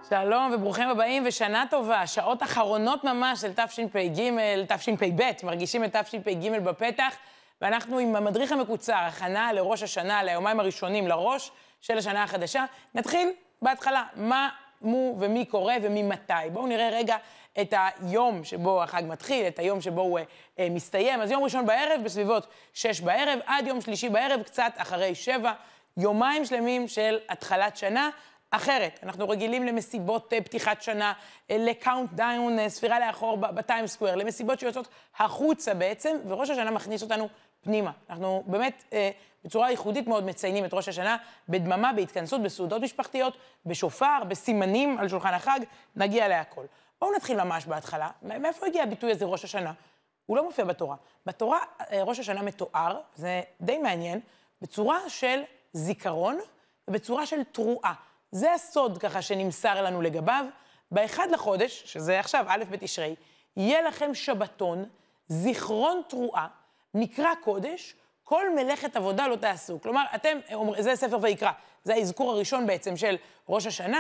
שלום וברוכים הבאים ושנה טובה, שעות אחרונות ממש של תשפ"ג, תשפ"ב, מרגישים את תשפ"ג בפתח, ואנחנו עם המדריך המקוצר, הכנה לראש השנה, ליומיים הראשונים לראש של השנה החדשה. נתחיל בהתחלה, מה, מו ומי קורה וממתי. בואו נראה רגע את היום שבו החג מתחיל, את היום שבו הוא מסתיים. אז יום ראשון בערב, בסביבות 6 בערב, עד יום שלישי בערב, קצת אחרי 7, יומיים שלמים של התחלת שנה, אחרת. אנחנו רגילים למסיבות פתיחת שנה, לקאונטדאון, ספירה לאחור בטיים סקוואר, למסיבות שיוצאות החוצה בעצם, וראש השנה מכניס אותנו פנימה. אנחנו באמת בצורה ייחודית מאוד מציינים את ראש השנה, בדממה, בהתכנסות, בסעודות משפחתיות, בשופר, בסימנים על שולחן החג, נגיע להכל. בואו נתחיל ממש בהתחלה. מאיפה הגיע הביטוי הזה ראש השנה? הוא לא מופיע בתורה. בתורה ראש השנה מתואר, זה די מעניין, בצורה של זיכרון ובצורה של תרועה. זה הסוד ככה שנמסר לנו לגביו. באחד לחודש, שזה עכשיו א' בתשרי, יהיה לכם שבתון, זיכרון תרועה, מקרא קודש, כל מלאכת עבודה לא תעשו. כלומר, זה ספר ויקרא, זה האזכור הראשון בעצם של ראש השנה,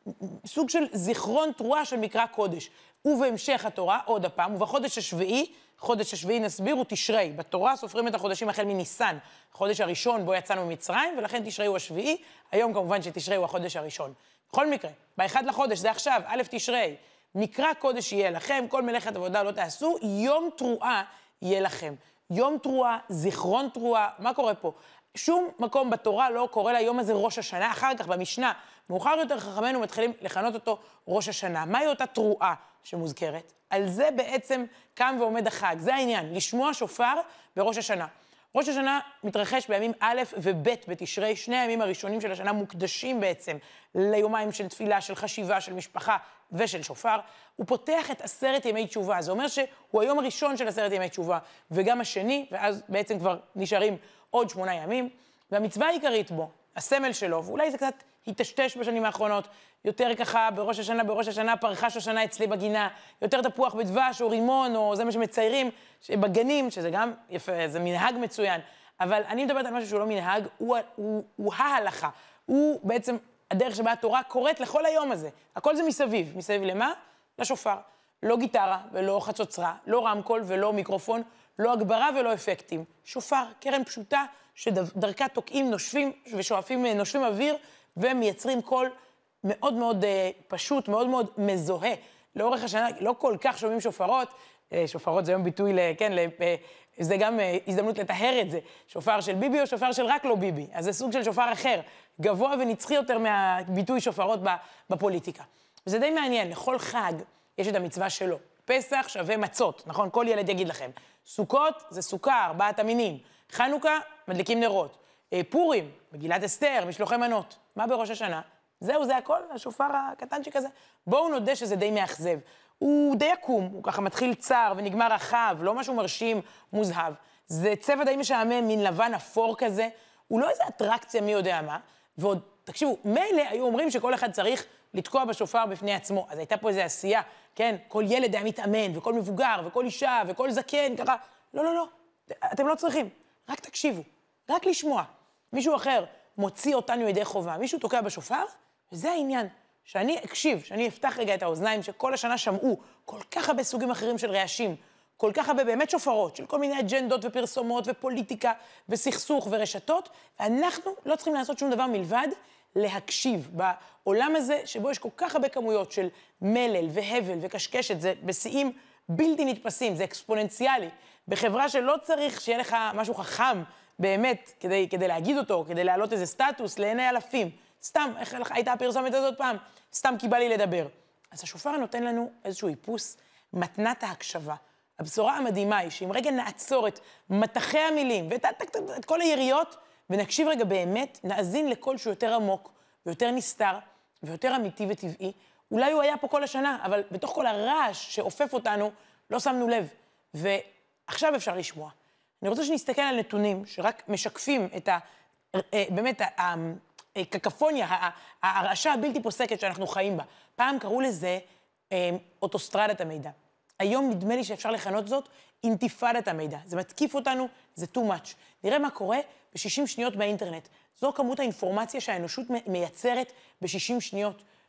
סוג של זיכרון תרועה של מקרא קודש. ובהמשך התורה, עוד הפעם, ובחודש השביעי, חודש השביעי נסביר, הוא תשרי. בתורה סופרים את החודשים החל מניסן, החודש הראשון בו יצאנו ממצרים, ולכן תשרי הוא השביעי, היום כמובן שתשרי הוא החודש הראשון. בכל מקרה, באחד לחודש, זה עכשיו, א' תשרי, מקרא קודש יהיה לכם, כל מלאכת עבודה לא תעשו, יום תרועה יהיה לכם. יום תרועה, זיכרון תרועה, מה קורה פה? שום מקום בתורה לא קורא ליום הזה ראש השנה, אחר כך במשנה, מאוחר יותר חכמינו מתחילים לכנות אותו ראש השנה. מהי אותה תרועה שמוזכרת? על זה בעצם קם ועומד החג, זה העניין, לשמוע שופר בראש השנה. ראש השנה מתרחש בימים א' וב' בתשרי, שני הימים הראשונים של השנה מוקדשים בעצם ליומיים של תפילה, של חשיבה, של משפחה ושל שופר. הוא פותח את 10 ימי תשובה, זה אומר שהוא היום הראשון של 10 ימי תשובה, וגם השני, ואז בעצם כבר נשארים עוד 8 ימים, והמצווה העיקרית בו, הסמל שלו, ואולי זה קצת התשתש בשנים האחרונות, יותר ככה בראש השנה, פרחה שושנה אצלי בגינה, יותר תפוח בדבש או רימון, או זה מה שמציירים בגנים, שזה גם יפה, זה מנהג מצוין, אבל אני מדברת על משהו שהוא לא מנהג, הוא ההלכה, הוא בעצם הדרך שבה התורה קוראת לכל היום הזה, הכל זה מסביב, מסביב למה? לשופר, לא גיטרה ולא חצוצרה, לא רמקול ולא מיקרופון, לא הגברה ולא אפקטים, שופר, קרן פשוטה, שדרכה תוקעים, נושפים ושואפים, נושפים אוויר, ומייצרים קול מאוד מאוד פשוט, מאוד מאוד מזוהה. לאורך השנה לא כל כך שומעים שופרות, שופרות זה היום ביטוי, כן, זה גם הזדמנות לתאר את זה, שופר של ביבי או שופר של רק לא ביבי, אז זה סוג של שופר אחר, גבוה ונצחי יותר מהביטוי שופרות בפוליטיקה. וזה די מעניין, לכל חג יש את המצווה שלו. פסח שווה מצות, נכון? כל ילד יגיד לכם. סוכות זה סוכה, 4 המינים. חנוכה, מדליקים נרות. פורים, מגילת אסתר, משלוחי מנות. מה בראש השנה? זהו, זה הכל, השופר הקטנצ'יק הזה. בואו נודה שזה די מאכזב. הוא די עקום, הוא ככה מתחיל צר ונגמר רחב, לא משהו מרשים, מוזהב. זה צבע די משעמם, מין לבן אפור כזה. הוא לא איזה אטרקציה מי יודע מה. ועוד, תקשיבו, מילא היו אומרים שכל אחד צריך לתקוע בשופר בפני עצמו. אז הייתה פה איזו עשייה, כן? כל ילד היה מתאמן, וכל מבוגר, וכל אישה, וכל זקן, ככה. לא, לא, לא. אתם לא צריכים. רק תקשיבו. רק לשמוע. מישהו אחר מוציא אותנו ידי חובה. מישהו תוקע בשופר, וזה העניין. שאני אקשיב, שאני אפתח רגע את האוזניים, שכל השנה שמעו כל כך הרבה סוגים אחרים של רעשים, כל כך הרבה באמת שופרות, של כל מיני אג'נדות ופרסומות ופוליטיקה וסכסוך ורשתות, ואנחנו לא צריכים לעשות שום דבר מלבד להקשיב בעולם הזה, שבו יש כל כך הרבה כמויות של מלל והבל וקשקשת, זה בשיאים בלתי נתפסים, זה אקספוננציאלי. בחברה שלא צריך שיהיה לך משהו חכם באמת כדי להגיד אותו, כדי להעלות איזה סטטוס לעיני אלפים. סתם, איך הייתה הפרסומת הזאת פעם? סתם כי בא לי לדבר. אז השופר נותן לנו איזשהו איפוס, מתנת ההקשבה. הבשורה המדהימה היא שאם רגע נעצור את מטחי המילים ואת כל היריות, ונקשיב רגע באמת, נאזין לקול שהוא יותר עמוק ויותר נסתר ויותר אמיתי וטבעי. אולי הוא היה פה כל השנה, אבל בתוך כל הרעש שאופף אותנו, לא שמנו לב. ועכשיו אפשר לשמוע. אני רוצה שנסתכל על נתונים שרק משקפים את באמת הקקפוניה, הרעשה הבלתי פוסקת שאנחנו חיים בה. פעם קראו לזה אוטוסטרדת המידע. היום נדמה לי שאפשר לכנות זאת אינתיפאדת המידע. זה מתקיף אותנו, זה too much. נראה מה קורה ב-60 שניות באינטרנט. זו כמות האינפורמציה שהאנושות מייצרת ב-60 שניות.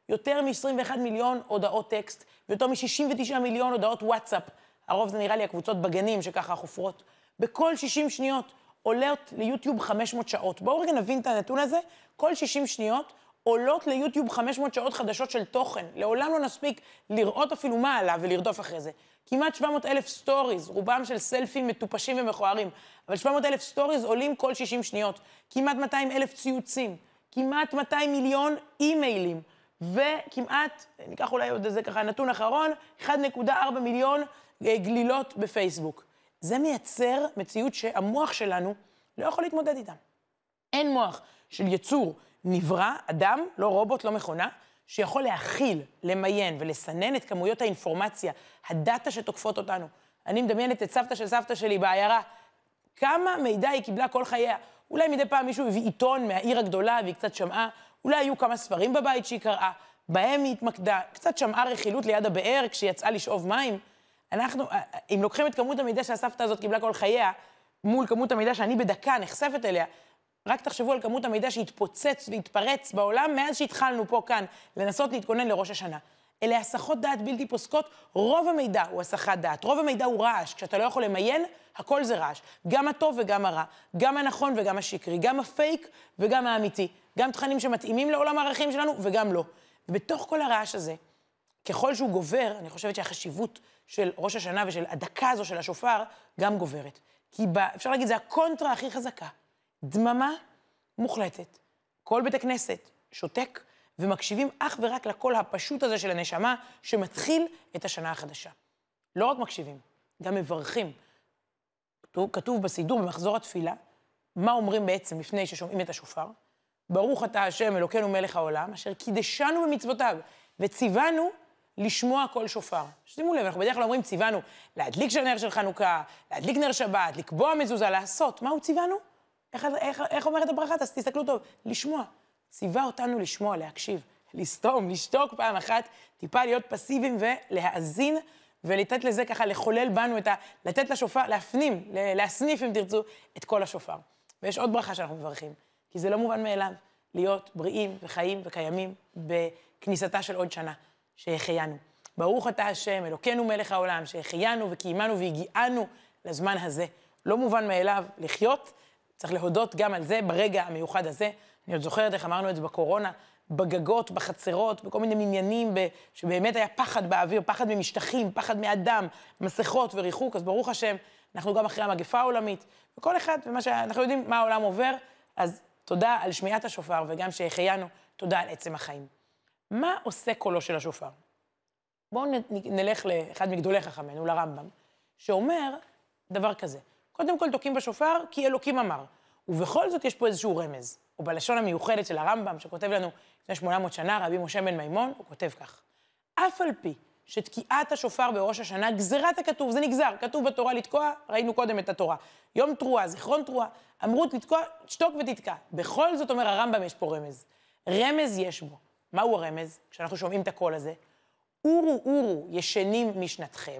יותר מ-21 מיליון הודעות טקסט, ויותר מ-69 מיליון הודעות וואטסאפ. הרוב זה נראה לי הקבוצות בגנים שככה חופרות. בכל 60 שניות עולות ליוטיוב 500 שעות. בואו רגע נבין את הנתון הזה. כל 60 שניות עולות ליוטיוב 500 שעות חדשות של תוכן. לעולם לא נספיק לראות אפילו מה עליו ולרדוף אחרי זה. כמעט 700,000 סטוריז, רובם של סלפים מטופשים ומכוערים, אבל 700,000 סטוריז עולים כל 60 שניות. כמעט 200,000 ציוצים, כמעט 200 מיליון אימיילים, וכמעט, ניקח אולי עוד איזה ככה נתון אחרון, 1.4 מיליון גלילות בפייסבוק. זה מייצר מציאות שהמוח שלנו לא יכול להתמודד איתה. אין מוח של יצור נברא, אדם, לא רובוט, לא מכונה, שיכול להכיל, למיין ולסנן את כמויות האינפורמציה, הדאטה שתוקפות אותנו. אני מדמיינת את סבתא של סבתא שלי בעיירה, כמה מידע היא קיבלה כל חייה. אולי מדי פעם מישהו הביא עיתון מהעיר הגדולה והיא קצת שמעה, אולי היו כמה ספרים בבית שהיא קראה, בהם היא התמקדה, קצת שמעה רכילות ליד הבאר כשהיא יצאה לשאוב מים. אנחנו, אם לוקחים את כמות המידע שהסבתא הזאת קיבלה כל חייה, מול כמות המידע שאני בדקה נחשפת אליה, רק תחשבו על כמות המידע שהתפוצץ והתפרץ בעולם מאז שהתחלנו פה כאן לנסות להתכונן לראש השנה. אלה הסחות דעת בלתי פוסקות, רוב המידע הוא הסחת דעת, רוב המידע הוא רעש, כשאתה לא יכול למיין, הכל זה רעש. גם הטוב וגם הרע, גם הנכון וגם השקרי, גם הפייק וגם האמיתי, גם תכנים שמתאימים לעולם הערכים שלנו וגם לא. ובתוך כל הרעש הזה, ככל שהוא גובר, אני חושבת שהחשיבות של ראש השנה ושל הדקה הזו של השופר גם גוברת. כי אפשר להגיד, זה הקונטרה הכי חזקה. דממה מוחלטת. כל בית הכנסת שותק ומקשיבים אך ורק לקול הפשוט הזה של הנשמה שמתחיל את השנה החדשה. לא רק מקשיבים, גם מברכים. כתוב בסידור במחזור התפילה, מה אומרים בעצם לפני ששומעים את השופר? ברוך אתה השם אלוקינו מלך העולם, אשר קידשנו במצוותיו וציוונו לשמוע כל שופר. שימו לב, אנחנו בדרך כלל אומרים ציוונו להדליק נר של חנוכה, להדליק נר שבת, לקבוע מזוזה, לעשות. מה הוא ציוונו? איך אומרת הברכה? אז תסתכלו טוב, לשמוע. ציווה אותנו לשמוע, להקשיב, לסתום, לשתוק פעם אחת, טיפה להיות פסיביים ולהאזין, ולתת לזה ככה לחולל בנו לתת לשופר, להפנים, להסניף אם תרצו, את כל השופר. ויש עוד ברכה שאנחנו מברכים, כי זה לא מובן מאליו להיות בריאים וחיים וקיימים בכניסתה של עוד שנה, שהחיינו. ברוך אתה השם, אלוקינו מלך העולם, שהחיינו וקיימנו והגיענו לזמן הזה. לא מובן מאליו לחיות, צריך להודות גם על זה ברגע המיוחד הזה. אני עוד זוכרת איך אמרנו את זה בקורונה, בגגות, בחצרות, בכל מיני מניינים, שבאמת היה פחד באוויר, פחד ממשטחים, פחד מאדם, מסכות וריחוק, אז ברוך השם, אנחנו גם אחרי המגפה העולמית, וכל אחד, ומה שאנחנו יודעים מה העולם עובר, אז תודה על שמיעת השופר, וגם שהחיינו, תודה על עצם החיים. מה עושה קולו של השופר? בואו נלך לאחד מגדולי חכמינו, לרמב"ם, שאומר דבר כזה, קודם כל תוקים בשופר, כי אלוקים אמר, ובכל זאת יש פה איזשהו רמז. או בלשון המיוחדת של הרמב"ם, שכותב לנו לפני 800 שנה, רבי משה בן מימון, הוא כותב כך. אף על פי שתקיעת השופר בראש השנה, גזירת הכתוב, זה נגזר, כתוב בתורה לתקוע, ראינו קודם את התורה. יום תרועה, זיכרון תרועה, אמרו לתקוע, שתוק ותתקע. בכל זאת אומר הרמב"ם, יש פה רמז. רמז יש בו. מהו הרמז? כשאנחנו שומעים את הקול הזה, אורו אורו ישנים משנתכם,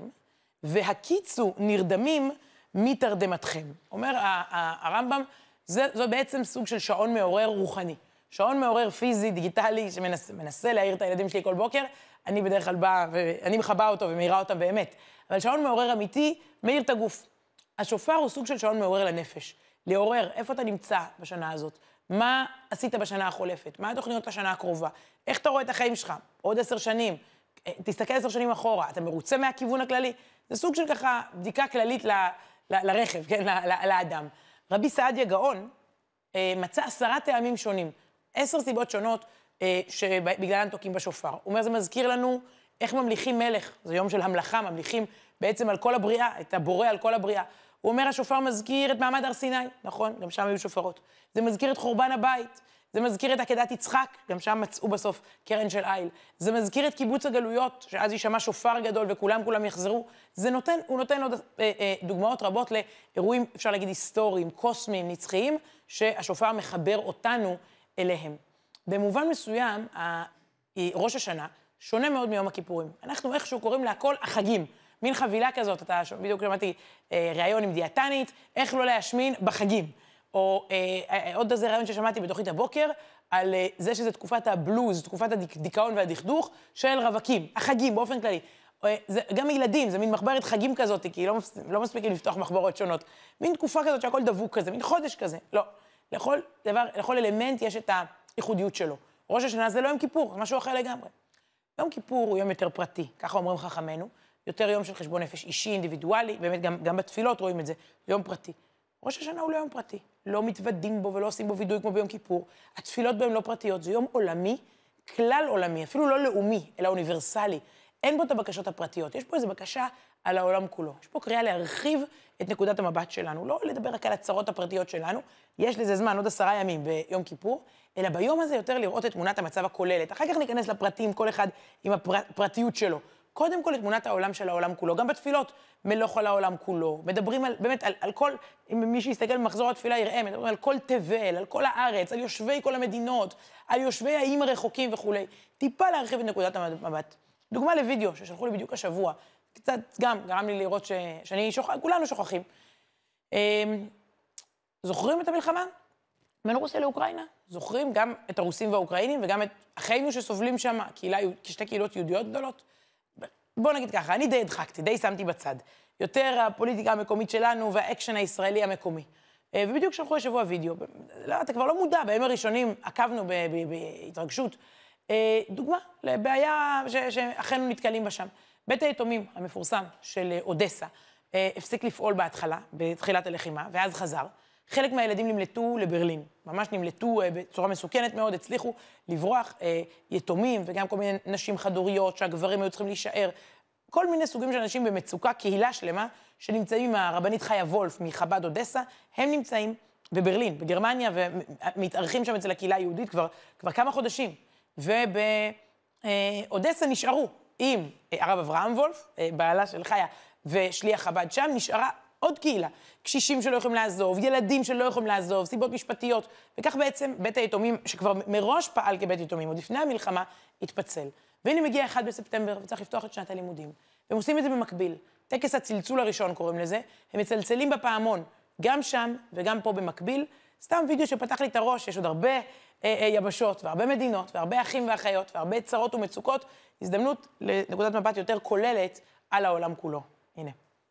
והקיצו נרדמים מתרדמתכם. אומר הרמב"ם, זו בעצם סוג של שעון מעורר רוחני. שעון מעורר פיזי, דיגיטלי, שמנסה להעיר את הילדים שלי כל בוקר. אני בדרך כלל באה, ואני מחבאה אותו ומאירה אותם באמת. אבל שעון מעורר אמיתי, מאיר את הגוף. השופר הוא סוג של שעון מעורר לנפש. לעורר, איפה אתה נמצא בשנה הזאת? מה עשית בשנה החולפת? מה התוכניות לשנה הקרובה? איך אתה רואה את החיים שלך? עוד 10 שנים. תסתכל 10 שנים אחורה. אתה מרוצה מהכיוון הכללי? זה סוג של ככה בדיקה כללית לרכב, כן? לאדם. רבי סעדיה גאון מצא 10 טעמים שונים, 10 סיבות שונות שבגללן תוקים בשופר. הוא אומר, זה מזכיר לנו איך ממליכים מלך, זה יום של המלכה, ממליכים בעצם על כל הבריאה, את הבורא על כל הבריאה. הוא אומר, השופר מזכיר את מעמד הר סיני, נכון? גם שם היו שופרות. זה מזכיר את חורבן הבית, זה מזכיר את עקדת יצחק, גם שם מצאו בסוף קרן של איל. זה מזכיר את קיבוץ הגלויות, שאז יישמע שופר גדול וכולם יחזרו. הוא נותן עוד דוגמאות רבות לאירועים, אפשר להגיד, היסטוריים, קוסמיים, נצחיים, שהשופר מחבר אותנו אליהם. במובן מסוים, ראש השנה שונה מאוד מיום הכיפורים. אנחנו איכשהו קוראים להכל החגים. מין חבילה כזאת, בדיוק שמעתי ראיון עם דיאטנית, איך לא להשמין בחגים. או עוד איזה רעיון ששמעתי בתוכנית הבוקר, על זה שזה תקופת הבלוז, תקופת הדיכאון והדכדוך של רווקים, החגים באופן כללי. גם ילדים, זה מין מחברת חגים כזאת, כי לא מספיקים לפתוח מחברות שונות. מין תקופה כזאת שהכל דבוק כזה, מין חודש כזה. לא. לכל אלמנט יש את הייחודיות שלו. ראש השנה זה לא יום כיפור, זה משהו אחר לגמרי. יום כיפור הוא יום יותר פרטי, ככה אומרים חכמינו, יותר יום של חשבון נפש אישי, אינדיבידואלי, באמת גם בתפילות רואים את זה, יום פרטי. ראש השנה הוא לא יום פרטי, לא מתוודים בו ולא עושים בו וידוי כמו ביום כיפור. התפילות בהם לא פרטיות, זה יום עולמי, כלל עולמי, אפילו לא לאומי, אלא אוניברסלי. אין בו את הבקשות הפרטיות, יש פה איזו בקשה על העולם כולו. יש פה קריאה להרחיב את נקודת המבט שלנו, לא לדבר רק על הצרות הפרטיות שלנו, יש לזה זמן, עוד 10 ימים ביום כיפור, אלא ביום הזה יותר לראות את תמונת המצב הכוללת. אחר כך ניכנס לפרטים, כל אחד עם הפרטיות שלו. קודם כל את תמונת העולם של העולם כולו, גם בתפילות מלוך על העולם כולו. מדברים באמת על כל, אם מי שיסתכל במחזור התפילה יראה, מדברים על כל תבל, על כל הארץ, על יושבי כל המדינות, על יושבי האיים הרחוקים וכולי. טיפה להרחיב את נקודת המבט. דוגמה לוידאו ששלחו לי בדיוק השבוע, קצת גם גרם לי לראות כולנו שוכחים. זוכרים את המלחמה? בין רוסיה לאוקראינה? זוכרים גם את הרוסים והאוקראינים וגם את אחינו שסובלים שם, כשתי קהילות יהודיות גדולות? בואו נגיד ככה, אני די הדחקתי, די שמתי בצד. יותר הפוליטיקה המקומית שלנו והאקשן הישראלי המקומי. ובדיוק שלחו השבוע וידאו. לא, אתה כבר לא מודע, בימים הראשונים עקבנו בהתרגשות. דוגמה לבעיה שאחינו נתקלים בה שם. בית היתומים המפורסם של אודסה הפסיק לפעול בהתחלה, בתחילת הלחימה, ואז חזר. חלק מהילדים נמלטו לברלין, ממש נמלטו בצורה מסוכנת מאוד, הצליחו לברוח יתומים וגם כל מיני נשים חד-הוריות שהגברים היו צריכים להישאר. כל מיני סוגים של אנשים במצוקה, קהילה שלמה, שנמצאים עם הרבנית חיה וולף מחב"ד אודסה, הם נמצאים בברלין, בגרמניה, ומתארחים שם אצל הקהילה היהודית כבר כמה חודשים. ובאודסה נשארו עם הרב אברהם וולף, בעלה של חיה ושליח חב"ד שם, נשארה עוד קהילה, קשישים שלא יכולים לעזוב, ילדים שלא יכולים לעזוב, סיבות משפטיות, וכך בעצם בית היתומים, שכבר מראש פעל כבית יתומים, עוד לפני המלחמה, התפצל. והנה מגיע 1 בספטמבר, וצריך לפתוח את שנת הלימודים. והם עושים את זה במקביל. טקס הצלצול הראשון קוראים לזה, הם מצלצלים בפעמון, גם שם וגם פה במקביל. סתם וידאו שפתח לי את הראש, יש עוד הרבה יבשות, והרבה מדינות, והרבה אחים ואחיות, והרבה צרות ומצוקות, הזדמנות לנקודת מבט יותר כוללת על העולם כולו. הנה.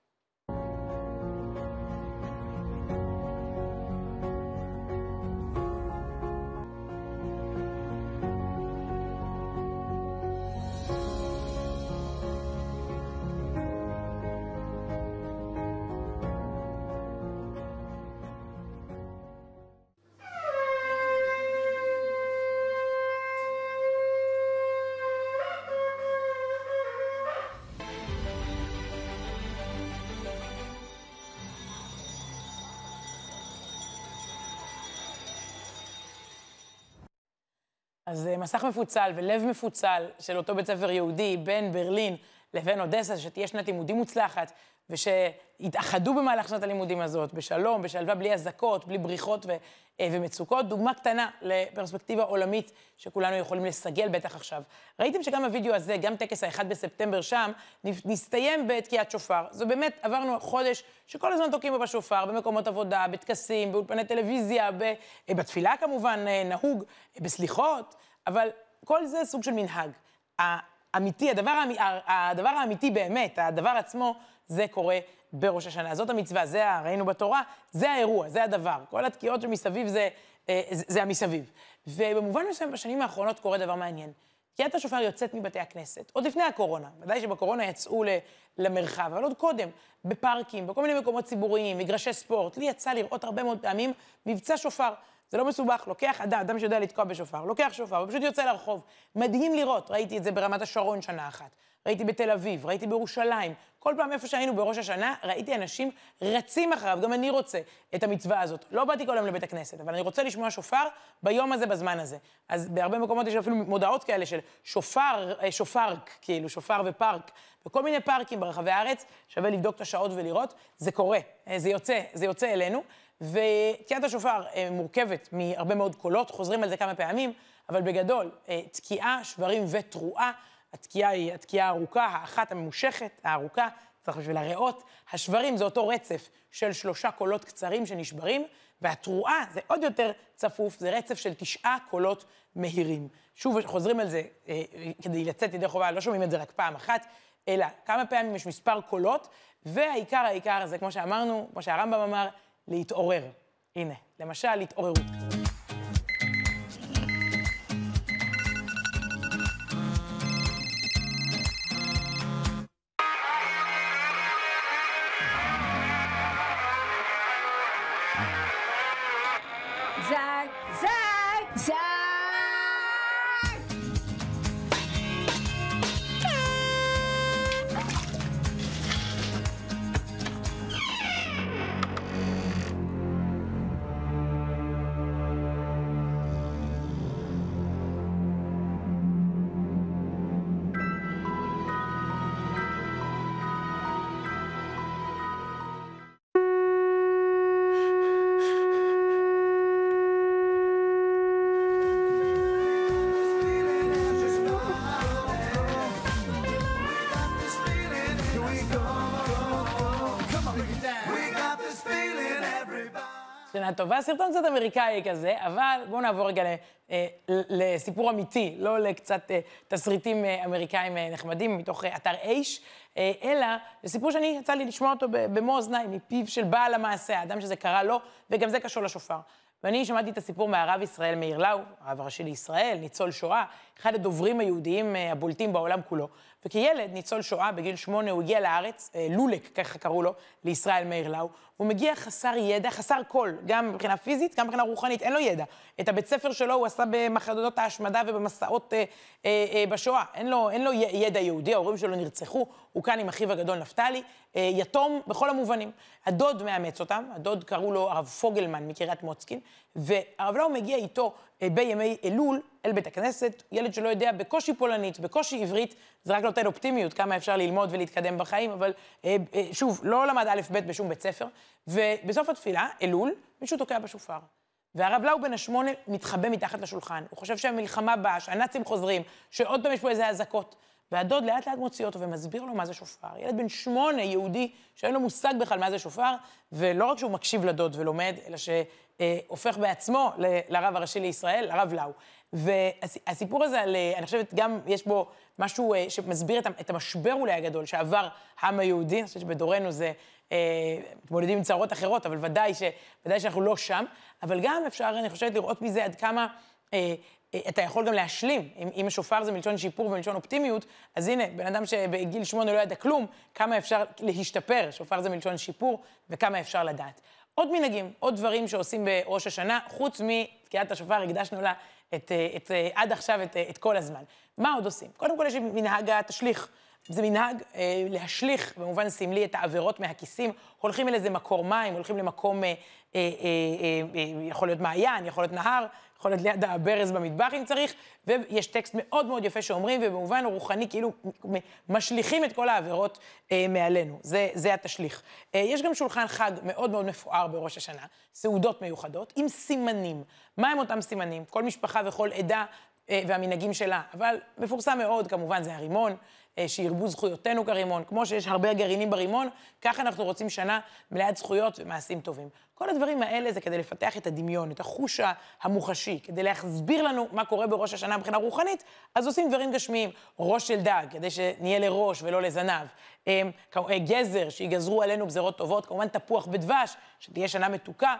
אז מסך מפוצל ולב מפוצל של אותו בית ספר יהודי בין ברלין לבין אודסה, שתהיה שנת לימודים מוצלחת, ושהתאחדו במהלך שנת הלימודים הזאת, בשלום, בשלווה, בלי הזקות, בלי בריחות ומצוקות. דוגמה קטנה לפרספקטיבה עולמית שכולנו יכולים לסגל בטח עכשיו. ראיתם שגם הוידאו הזה, גם טקס ה-1 בספטמבר שם, נסתיים בתקיעת שופר. זו באמת, עברנו חודש שכל הזמן תוקעים בו בשופר, במקומות עבודה, בטקסים, באולפני טלוויזיה, בתפילה כמובן נהוג, בסליחות, אבל כל זה סוג של מנהג. האמיתי, הדבר האמיתי באמת, הדבר עצמו, זה קורה בראש השנה. זאת המצווה, ראינו בתורה, זה האירוע, זה הדבר. כל התקיעות שמסביב זה המסביב. ובמובן מסוים בשנים האחרונות קורה דבר מעניין. תקיעת השופר יוצאת מבתי הכנסת, עוד לפני הקורונה, ודאי שבקורונה יצאו למרחב, אבל עוד קודם, בפארקים, בכל מיני מקומות ציבוריים, מגרשי ספורט, לי יצא לראות הרבה מאוד פעמים מבצע שופר. זה לא מסובך, לוקח אדם שיודע לתקוע בשופר, לוקח שופר, ופשוט יוצא לרחוב. מדהים לראות, ראיתי את זה ברמת השרון שנה אחת, ראיתי בתל אביב, ראיתי בירושלים, כל פעם איפה שהיינו בראש השנה, ראיתי אנשים רצים אחריו, גם אני רוצה את המצווה הזאת. לא באתי כל יום לבית הכנסת, אבל אני רוצה לשמוע שופר ביום הזה, בזמן הזה. אז בהרבה מקומות יש אפילו מודעות כאלה של שופרק, כאילו, שופר ופארק, בכל מיני פארקים ברחבי הארץ, שווה לבדוק את השעות ולראות, זה קורה, זה יוצא אלינו, ותקיעת השופר מורכבת מהרבה מאוד קולות, חוזרים על זה כמה פעמים, אבל בגדול, תקיעה, שברים ותרועה, התקיעה היא התקיעה הארוכה, האחת הממושכת, הארוכה, צריך בשביל הריאות. השברים זה אותו רצף של 3 קולות קצרים שנשברים, והתרועה זה עוד יותר צפוף, זה רצף של 9 קולות מהירים. שוב, חוזרים על זה כדי לצאת ידי חובה, לא שומעים את זה רק פעם אחת, אלא כמה פעמים יש מספר קולות, והעיקר זה, כמו שאמרנו, כמו שהרמב"ם אמר, להתעורר. הנה, למשל, התעוררות. זק, זק, זק! שנה טובה, סרטון קצת אמריקאי כזה, אבל בואו נעבור רגע לסיפור אמיתי, לא לקצת תסריטים אמריקאים נחמדים מתוך אתר אייש, אלא לסיפור שאני יצא לי לשמוע אותו במו אוזניים, מפיו של בעל המעשה, האדם שזה קרה לו, וגם זה קשור לשופר. ואני שמעתי את הסיפור מהרב ישראל מאיר לאו, הרב הראשי לישראל, ניצול שואה, אחד הדוברים היהודיים הבולטים בעולם כולו. וכילד, ניצול שואה, בגיל 8, הוא הגיע לארץ, לולק, ככה קראו לו, לישראל מאיר לאו. הוא מגיע חסר ידע, חסר קול, גם מבחינה פיזית, גם מבחינה רוחנית, אין לו ידע. את הבית ספר שלו הוא עשה במחנות ההשמדה ובמסעות בשואה. אין לו ידע יהודי, ההורים שלו נרצחו, הוא כאן עם אחיו הגדול נפתלי, יתום בכל המובנים. הדוד מאמץ אותם, הדוד קראו לו הרב פוגלמן מקריית מוצקין, והרב לאו מגיע איתו בימי אלול אל בית הכנסת, ילד שלא יודע בקושי פולנית, בקושי עברית, זה רק נותן אופטימיות, כמה אפשר ללמוד ולהתקדם בחיים, אבל שוב, לא למד א' ב' בשום בית ספר, ובסוף התפילה, אלול, מישהו תוקע בשופר. והרב לאו בן ה8 מתחבא מתחת לשולחן, הוא חושב שהמלחמה באה, שהנאצים חוזרים, שעוד פעם יש פה איזה אזעקות. והדוד לאט לאט מוציא אותו ומסביר לו מה זה שופר. ילד בן 8, יהודי, שאין לו מושג בכלל מה זה שופר, ולא רק שהוא מקשיב לדוד ולומד, אלא שהופך בעצמו לרב הראשי לישראל, לרב לאו. והסיפור הזה, אני חושבת, גם יש בו משהו שמסביר את המשבר אולי הגדול שעבר העם היהודי, אני חושבת שבדורנו זה מתמודדים עם צרות אחרות, אבל ודאי שאנחנו לא שם, אבל גם אפשר, אני חושבת, לראות מזה עד כמה אתה יכול גם להשלים, אם השופר זה מלשון שיפור ומלשון אופטימיות, אז הנה, בן אדם שבגיל 8 לא ידע כלום, כמה אפשר להשתפר, שופר זה מלשון שיפור, וכמה אפשר לדעת. עוד מנהגים, עוד דברים שעושים בראש השנה, חוץ מתקיעת השופר, הקדשנו לה עד עכשיו את כל הזמן. מה עוד עושים? קודם כל יש מנהג התשליך. זה מנהג להשליך, במובן סמלי, את העבירות מהכיסים, הולכים אל איזה מקור מים, הולכים למקום, יכול להיות מעיין, יכול להיות נהר, יכול להיות ליד הברז במטבח אם צריך, ויש טקסט מאוד מאוד יפה שאומרים, ובמובן רוחני כאילו משליכים את כל העבירות מעלינו, זה התשליך. יש גם שולחן חג מאוד מאוד מפואר בראש השנה, סעודות מיוחדות, עם סימנים. מה הם אותם סימנים? כל משפחה וכל עדה והמנהגים שלה, אבל מפורסם מאוד, כמובן, זה הרימון, שירבו זכויותינו כרימון, כמו שיש הרבה גרעינים ברימון, ככה אנחנו רוצים שנה מלאת זכויות ומעשים טובים. כל הדברים האלה זה כדי לפתח את הדמיון, את החוש המוחשי, כדי להסביר לנו מה קורה בראש השנה מבחינה רוחנית, אז עושים דברים גשמיים, ראש של דג, כדי שנהיה לראש ולא לזנב, גזר, שיגזרו עלינו גזרות טובות, כמובן תפוח בדבש, שתהיה שנה מתוקה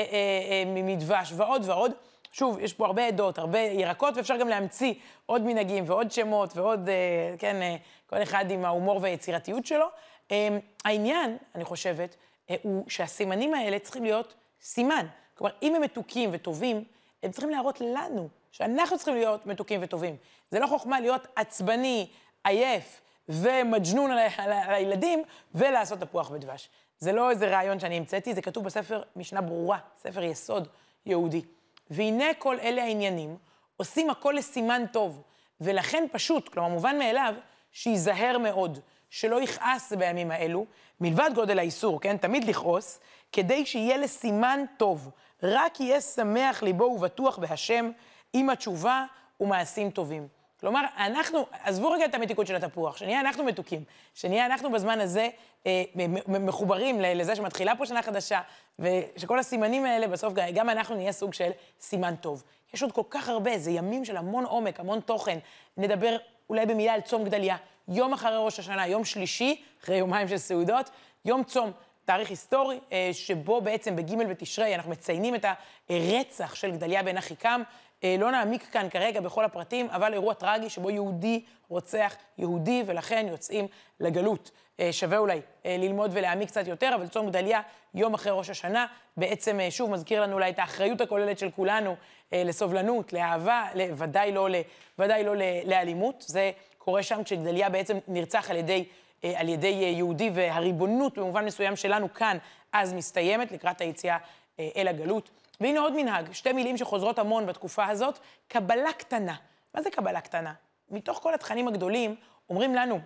מדבש ועוד ועוד. שוב, יש פה הרבה עדות, הרבה ירקות, ואפשר גם להמציא עוד מנהגים ועוד שמות ועוד, כן, כל אחד עם ההומור והיצירתיות שלו. העניין, אני חושבת, הוא שהסימנים האלה צריכים להיות סימן. כלומר, אם הם מתוקים וטובים, הם צריכים להראות לנו שאנחנו צריכים להיות מתוקים וטובים. זה לא חוכמה להיות עצבני, עייף ומג'נון על הילדים ולעשות תפוח בדבש. זה לא איזה רעיון שאני המצאתי, זה כתוב בספר משנה ברורה, ספר יסוד יהודי. והנה כל אלה העניינים, עושים הכל לסימן טוב, ולכן פשוט, כלומר מובן מאליו, שיזהר מאוד, שלא יכעס בימים האלו, מלבד גודל האיסור, כן, תמיד לכעוס, כדי שיהיה לסימן טוב, רק יהיה שמח ליבו ובטוח בהשם, עם התשובה ומעשים טובים. כלומר, אנחנו, עזבו רגע את המתיקות של התפוח, שנהיה אנחנו מתוקים, שנהיה אנחנו בזמן הזה מחוברים לזה שמתחילה פה שנה חדשה, ושכל הסימנים האלה בסוף גם אנחנו נהיה סוג של סימן טוב. יש עוד כל כך הרבה, זה ימים של המון עומק, המון תוכן. נדבר אולי במילה על צום גדליה, יום אחרי ראש השנה, יום שלישי, אחרי יומיים של סעודות, יום צום, תאריך היסטורי, שבו בעצם בג' בתשרי אנחנו מציינים את הרצח של גדליה בן אחיקם. לא נעמיק כאן כרגע בכל הפרטים, אבל אירוע טרגי שבו יהודי רוצח יהודי, ולכן יוצאים לגלות. שווה אולי ללמוד ולהעמיק קצת יותר, אבל צום גדליה, יום אחרי ראש השנה, בעצם שוב מזכיר לנו אולי את האחריות הכוללת של כולנו לסובלנות, לאהבה, ודאי לא לאלימות. זה קורה שם כשגדליה בעצם נרצח על ידי יהודי, והריבונות במובן מסוים שלנו כאן אז מסתיימת לקראת היציאה אל הגלות. והנה עוד מנהג, שתי מילים שחוזרות המון בתקופה הזאת, קבלה קטנה. מה זה קבלה קטנה? מתוך כל התכנים הגדולים אומרים לנו,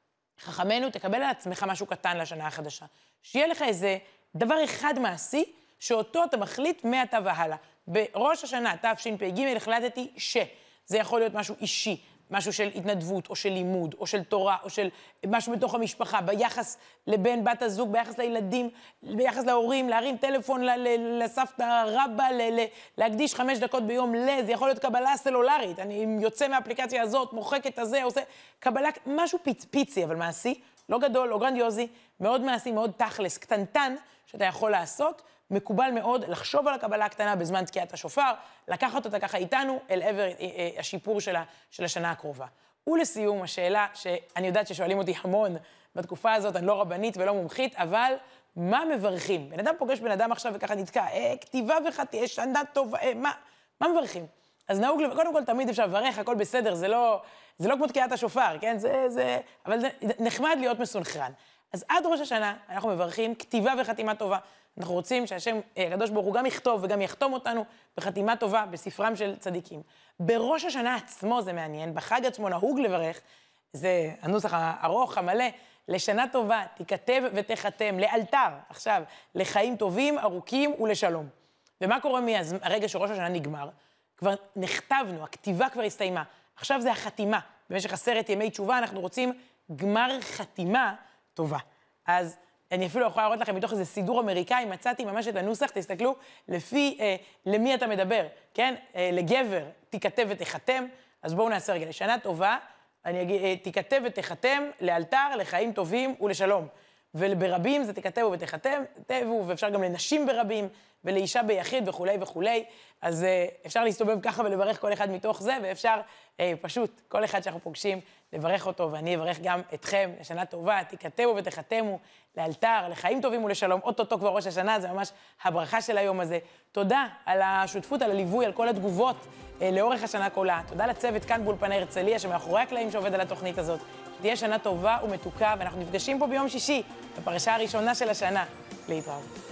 חכמנו, תקבל על עצמך משהו קטן לשנה החדשה. שיהיה לך איזה דבר אחד מעשי, שאותו אתה מחליט מעתה והלאה. בראש השנה, תשפ"ג, החלטתי שזה יכול להיות משהו אישי, משהו של התנדבות, או של לימוד, או של תורה, או של משהו בתוך המשפחה, ביחס לבן, בת הזוג, ביחס לילדים, ביחס להורים, להרים טלפון לסבתא רבא, להקדיש 5 דקות ביום זה יכול להיות קבלה סלולרית, אני יוצא מהאפליקציה הזאת, מוחק את הזה, עושה קבלה, משהו פיצי, אבל מעשי, לא גדול, לא גרנדיוזי, מאוד מעשי, מאוד תכלס, קטנטן, שאתה יכול לעשות, מקובל מאוד לחשוב על הקבלה הקטנה בזמן תקיעת השופר, לקחת אותה ככה איתנו אל עבר השיפור של השנה הקרובה. ולסיום, השאלה שאני יודעת ששואלים אותי המון בתקופה הזאת, אני לא רבנית ולא מומחית, אבל מה מברכים? בן אדם פוגש בן אדם עכשיו וככה נתקע, כתיבה וחתיכה, שנה טובה, מה מברכים? אז נהוג, קודם כל תמיד אפשר לברך, הכל בסדר, זה לא כמו תקיעת השופר, כן? אבל זה נחמד להיות מסונכרן. אז עד ראש השנה אנחנו מברכים כתיבה וחתימה טובה. אנחנו רוצים שהשם הקדוש ברוך הוא גם יכתוב וגם יחתום אותנו בחתימה טובה בספרם של צדיקים. בראש השנה עצמו זה מעניין, בחג עצמו נהוג לברך, זה הנוסח הארוך, המלא, לשנה טובה, תיכתב ותחתם, לאלתר, עכשיו, לחיים טובים, ארוכים ולשלום. ומה קורה מהרגע שראש השנה נגמר? כבר נכתבנו, הכתיבה כבר הסתיימה. עכשיו זה החתימה. במשך 10 ימי תשובה אנחנו רוצים גמר חתימה טובה. אז אני אפילו יכולה להראות לכם מתוך איזה סידור אמריקאי, מצאתי ממש את הנוסח, תסתכלו, לפי למי אתה מדבר, כן? לגבר, תיכתב ותחתם, אז בואו נעשה רגע, לשנה טובה, אני אגיד, תיכתב ותחתם, לאלתר, לחיים טובים ולשלום. וברבים זה תיכתב ותחתם, ואפשר גם לנשים ברבים, ולאישה ביחיד וכולי וכולי, אז אפשר להסתובב ככה ולברך כל אחד מתוך זה, ואפשר פשוט, כל אחד שאנחנו פוגשים, לברך אותו, ואני אברך גם אתכם לשנה טובה, תיכתבו ותחתמו, לאלתר, לחיים טובים ולשלום, אוטוטו כבר ראש השנה, זה ממש הברכה של היום הזה. תודה על השותפות, על הליווי, על כל התגובות לאורך השנה כולה. תודה לצוות כאן באולפני הרצליה, שמאחורי הקלעים שעובד על התוכנית הזאת. שתהיה שנה טובה ומתוקה, ואנחנו נפגשים פה ביום שישי, בפרשה הראשונה של השנה. להתראות.